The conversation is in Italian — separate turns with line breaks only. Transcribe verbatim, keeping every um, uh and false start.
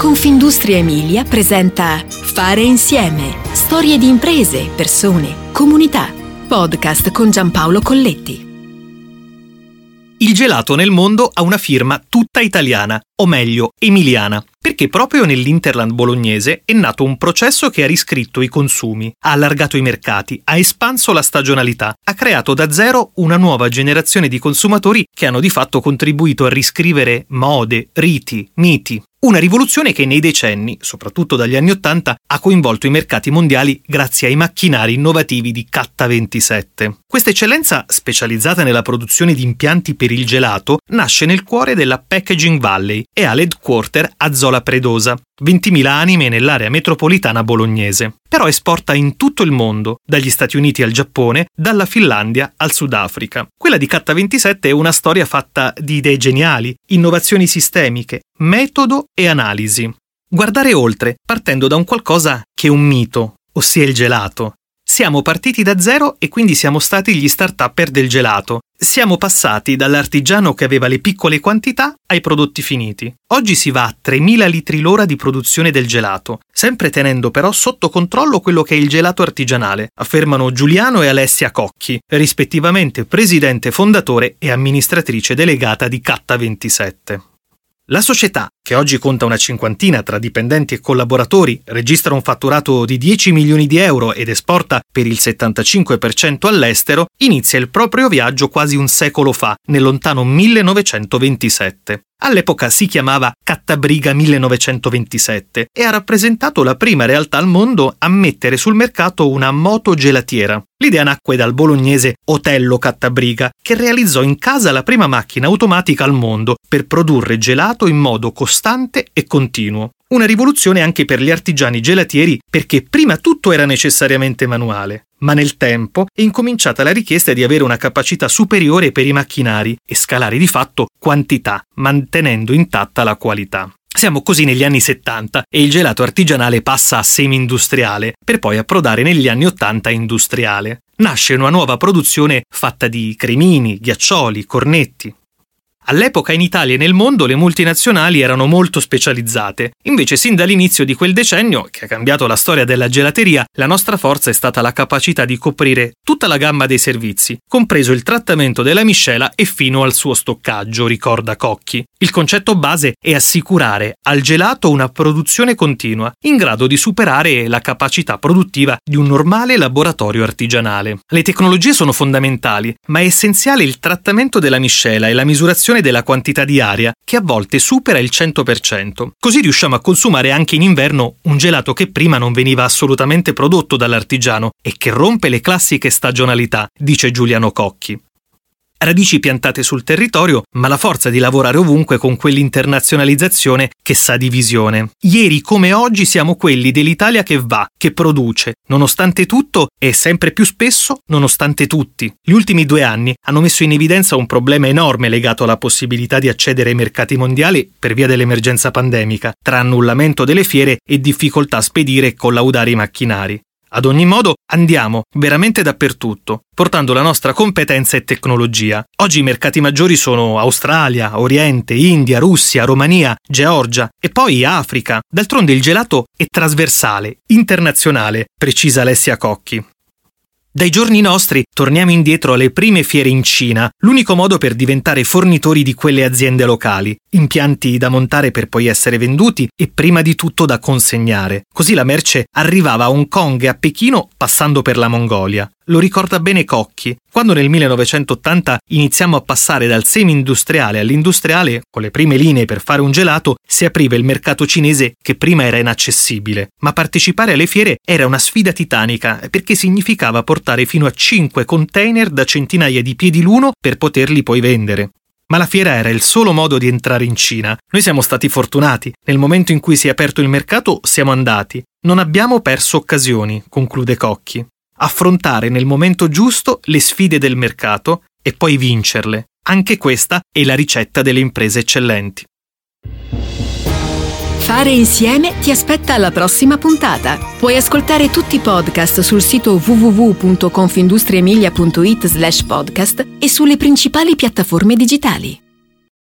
Confindustria Emilia presenta Fare insieme. Storie di imprese, persone, comunità. Podcast con Giampaolo Colletti.
Il gelato nel mondo ha una firma tutta italiana, o meglio, emiliana, perché proprio nell'Interland bolognese è nato un processo che ha riscritto i consumi, ha allargato i mercati, ha espanso la stagionalità, ha creato da zero una nuova generazione di consumatori che hanno di fatto contribuito a riscrivere mode, riti, miti. Una rivoluzione che nei decenni, soprattutto dagli anni Ottanta, ha coinvolto i mercati mondiali grazie ai macchinari innovativi di Catta ventisette. Questa eccellenza, specializzata nella produzione di impianti per il gelato, nasce nel cuore della Packaging Valley e ha l'headquarter a Zola Predosa, ventimila anime nell'area metropolitana bolognese. Però esporta in tutto il mondo, dagli Stati Uniti al Giappone, dalla Finlandia al Sudafrica. Quella di Catta ventisette è una storia fatta di idee geniali, innovazioni sistemiche, metodo e analisi. Guardare oltre, partendo da un qualcosa che è un mito, ossia il gelato. Siamo partiti da zero e quindi siamo stati gli start-upper del gelato. Siamo passati dall'artigiano che aveva le piccole quantità ai prodotti finiti. Oggi si va a tremila litri l'ora di produzione del gelato, sempre tenendo però sotto controllo quello che è il gelato artigianale, affermano Giuliano e Alessia Cocchi, rispettivamente presidente fondatore e amministratrice delegata di Catta ventisette. La società, che oggi conta una cinquantina tra dipendenti e collaboratori, registra un fatturato di dieci milioni di euro ed esporta per il settantacinque per cento all'estero, inizia il proprio viaggio quasi un secolo fa, nel lontano millenovecentoventisette. All'epoca si chiamava Cattabriga millenovecentoventisette e ha rappresentato la prima realtà al mondo a mettere sul mercato una motogelatiera. L'idea nacque dal bolognese Otello Cattabriga, che realizzò in casa la prima macchina automatica al mondo per produrre gelato in modo costante e continuo. Una rivoluzione anche per gli artigiani gelatieri, perché prima tutto era necessariamente manuale, ma nel tempo è incominciata la richiesta di avere una capacità superiore per i macchinari e scalare di fatto quantità, mantenendo intatta la qualità. Siamo così negli anni settanta e il gelato artigianale passa a semi-industriale, per poi approdare negli anni ottanta industriale. Nasce una nuova produzione fatta di cremini, ghiaccioli, cornetti. All'epoca in Italia e nel mondo le multinazionali erano molto specializzate, invece sin dall'inizio di quel decennio, che ha cambiato la storia della gelateria, la nostra forza è stata la capacità di coprire tutta la gamma dei servizi, compreso il trattamento della miscela e fino al suo stoccaggio, ricorda Cocchi. Il concetto base è assicurare al gelato una produzione continua, in grado di superare la capacità produttiva di un normale laboratorio artigianale. Le tecnologie sono fondamentali, ma è essenziale il trattamento della miscela e la misurazione della quantità di aria, che a volte supera il cento per cento. Così riusciamo a consumare anche in inverno un gelato che prima non veniva assolutamente prodotto dall'artigiano e che rompe le classiche stagionalità, dice Giuliano Cocchi. Radici piantate sul territorio, ma la forza di lavorare ovunque con quell'internazionalizzazione che sa di visione. Ieri come oggi siamo quelli dell'Italia che va, che produce, nonostante tutto e sempre più spesso nonostante tutti. Gli ultimi due anni hanno messo in evidenza un problema enorme legato alla possibilità di accedere ai mercati mondiali per via dell'emergenza pandemica, tra annullamento delle fiere e difficoltà a spedire e collaudare i macchinari. Ad ogni modo, andiamo veramente dappertutto, portando la nostra competenza e tecnologia. Oggi i mercati maggiori sono Australia, Oriente, India, Russia, Romania, Georgia e poi Africa. D'altronde il gelato è trasversale, internazionale, precisa Alessia Cocchi. Dai giorni nostri torniamo indietro alle prime fiere in Cina, l'unico modo per diventare fornitori di quelle aziende locali, impianti da montare per poi essere venduti e prima di tutto da consegnare. Così la merce arrivava a Hong Kong e a Pechino passando per la Mongolia. Lo ricorda bene Cocchi. Quando nel millenovecentottanta iniziamo a passare dal semi-industriale all'industriale, con le prime linee per fare un gelato, si apriva il mercato cinese che prima era inaccessibile. Ma partecipare alle fiere era una sfida titanica, perché significava portare fino a cinque container da centinaia di piedi l'uno per poterli poi vendere. Ma la fiera era il solo modo di entrare in Cina. Noi siamo stati fortunati. Nel momento in cui si è aperto il mercato siamo andati. Non abbiamo perso occasioni, conclude Cocchi. Affrontare nel momento giusto le sfide del mercato e poi vincerle. Anche questa è la ricetta delle imprese eccellenti.
Fare insieme ti aspetta alla prossima puntata. Puoi ascoltare tutti i podcast sul sito w w w punto confindustriemilia punto it slash podcast e sulle principali piattaforme digitali.